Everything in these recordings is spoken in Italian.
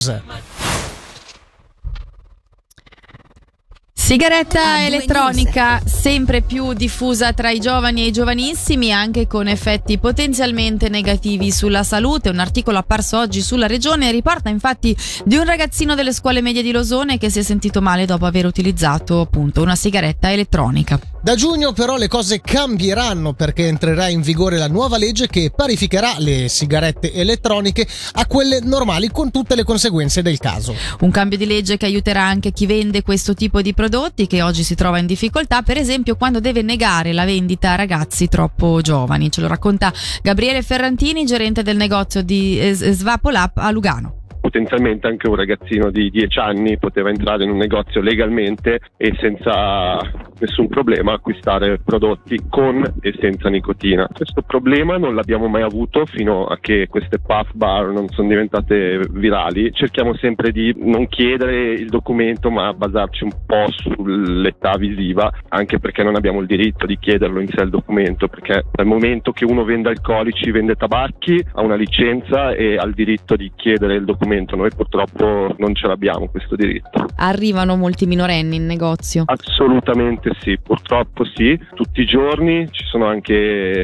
Sigaretta elettronica sempre più diffusa tra i giovani e i giovanissimi, anche con effetti potenzialmente negativi sulla salute. Un articolo apparso oggi sulla Regione riporta infatti di un ragazzino delle scuole medie di Losone che si è sentito male dopo aver utilizzato appunto una sigaretta elettronica. Da giugno però le cose cambieranno, perché entrerà in vigore la nuova legge che parificherà le sigarette elettroniche a quelle normali, con tutte le conseguenze del caso. Un cambio di legge che aiuterà anche chi vende questo tipo di prodotti, che oggi si trova in difficoltà, per esempio quando deve negare la vendita a ragazzi troppo giovani. Ce lo racconta Gabriele Ferrantini, gerente del negozio di Svapolap a Lugano. Potenzialmente anche un ragazzino di 10 anni poteva entrare in un negozio legalmente e senza nessun problema acquistare prodotti con e senza nicotina. Questo problema non l'abbiamo mai avuto fino a che queste puff bar non sono diventate virali. Cerchiamo sempre di non chiedere il documento, ma basarci un po' sull'età visiva, anche perché non abbiamo il diritto di chiederlo in sé il documento, perché dal momento che uno vende alcolici, vende tabacchi, ha una licenza e ha il diritto di chiedere il documento. Noi purtroppo non ce l'abbiamo questo diritto. Arrivano molti minorenni in negozio? Assolutamente sì, purtroppo sì, tutti i giorni. Ci sono anche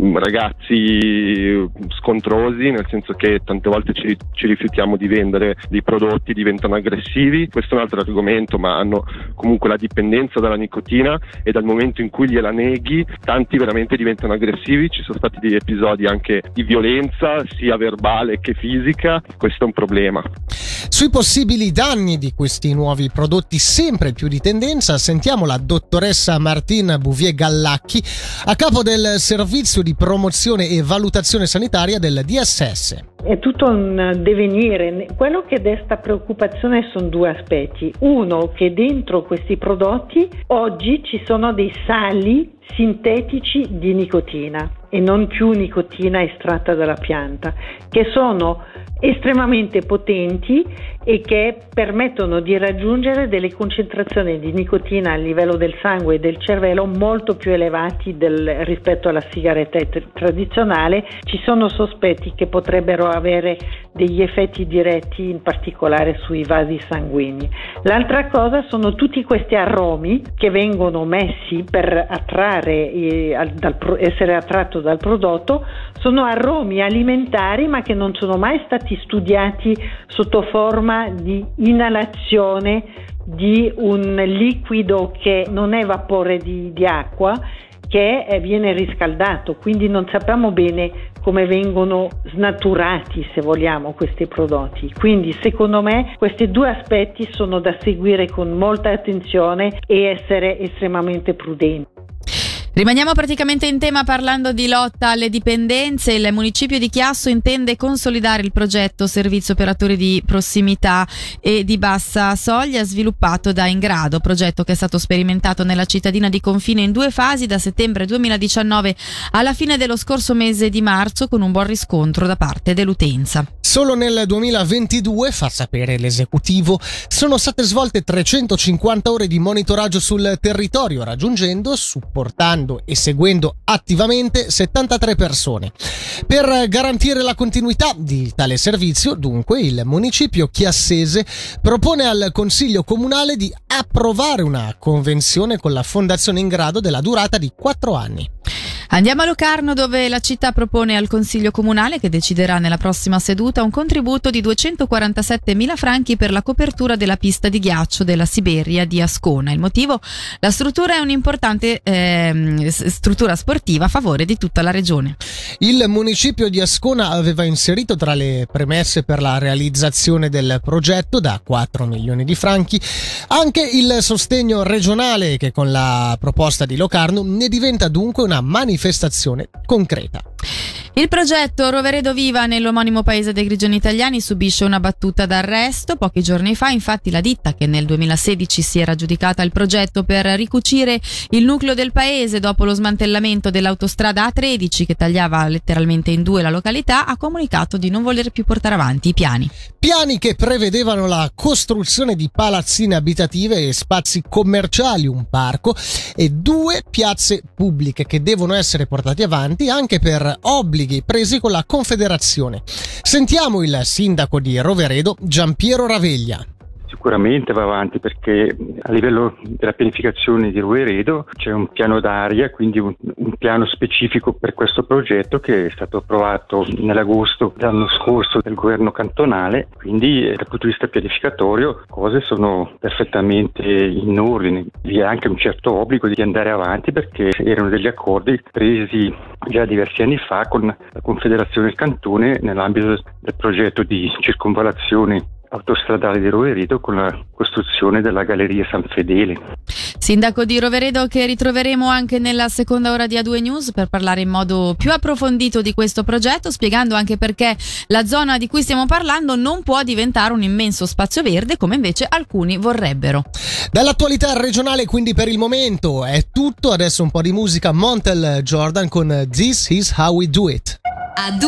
ragazzi scontrosi, nel senso che tante volte ci rifiutiamo di vendere dei prodotti, diventano aggressivi. Questo è un altro argomento, ma hanno comunque la dipendenza dalla nicotina e dal momento in cui gliela neghi tanti veramente diventano aggressivi. Ci sono stati degli episodi anche di violenza sia verbale che fisica. Questo è un problema. Sui possibili danni di questi nuovi prodotti sempre più di tendenza sentiamo la dottoressa Martina Bouvier-Gallacchi, a capo del servizio di promozione e valutazione sanitaria del DSS. È tutto un divenire. Quello che desta preoccupazione sono due aspetti. Uno, che dentro questi prodotti oggi ci sono dei sali sintetici di nicotina e non più nicotina estratta dalla pianta, che sono estremamente potenti e che permettono di raggiungere delle concentrazioni di nicotina a livello del sangue e del cervello molto più elevati rispetto alla sigaretta tradizionale. Ci sono sospetti che potrebbero avere degli effetti diretti, in particolare sui vasi sanguigni. L'altra cosa sono tutti questi aromi che vengono messi per essere attratto dal prodotto. Sono aromi alimentari, ma che non sono mai stati studiati sotto forma di inalazione di un liquido che non è vapore di acqua, che viene riscaldato, quindi non sappiamo bene come vengono snaturati, se vogliamo, questi prodotti. Quindi secondo me questi due aspetti sono da seguire con molta attenzione e essere estremamente prudenti. Rimaniamo praticamente in tema parlando di lotta alle dipendenze. Il municipio di Chiasso intende consolidare il progetto Servizio Operatori di Prossimità e di Bassa Soglia sviluppato da Ingrado, progetto che è stato sperimentato nella cittadina di confine in 2 fasi da settembre 2019 alla fine dello scorso mese di marzo, con un buon riscontro da parte dell'utenza. Solo nel 2022, fa sapere l'esecutivo, sono state svolte 350 ore di monitoraggio sul territorio, raggiungendo, supportando e seguendo attivamente 73 persone. Per garantire la continuità di tale servizio, dunque, il municipio chiassese propone al Consiglio Comunale di approvare una convenzione con la Fondazione Ingrado della durata di 4 anni. Andiamo a Locarno, dove la città propone al Consiglio Comunale, che deciderà nella prossima seduta, un contributo di 247.000 franchi per la copertura della pista di ghiaccio della Siberia di Ascona. Il motivo? La struttura è un'importante struttura sportiva a favore di tutta la regione. Il municipio di Ascona aveva inserito tra le premesse per la realizzazione del progetto da 4 milioni di franchi anche il sostegno regionale, che con la proposta di Locarno ne diventa dunque una manifestazione concreta. Il progetto Roveredo Viva nell'omonimo paese dei Grigioni Italiani subisce una battuta d'arresto. Pochi giorni fa, infatti, la ditta che nel 2016 si era aggiudicata il progetto per ricucire il nucleo del paese dopo lo smantellamento dell'autostrada A13 che tagliava letteralmente in 2 la località, ha comunicato di non voler più portare avanti i piani. Piani che prevedevano la costruzione di palazzine abitative e spazi commerciali, un parco e 2 piazze pubbliche che devono essere portati avanti anche per obblighi obblighi presi con la Confederazione. Sentiamo il sindaco di Roveredo, Giampiero Raveglia. Sicuramente va avanti perché a livello della pianificazione di Roveredo c'è un piano d'aria, quindi un piano specifico per questo progetto che è stato approvato nell'agosto dell'anno scorso dal governo cantonale, quindi dal punto di vista pianificatorio cose sono perfettamente in ordine. Vi è anche un certo obbligo di andare avanti perché erano degli accordi presi già diversi anni fa con la Confederazione del Cantone nell'ambito del progetto di circonvallazione autostradale di Roveredo con la costruzione della Galleria San Fedele. Sindaco di Roveredo che ritroveremo anche nella seconda ora di A2 News per parlare in modo più approfondito di questo progetto, spiegando anche perché la zona di cui stiamo parlando non può diventare un immenso spazio verde come invece alcuni vorrebbero. Dall'attualità regionale quindi per il momento è tutto, adesso un po' di musica. Montel Jordan con This Is How We Do It.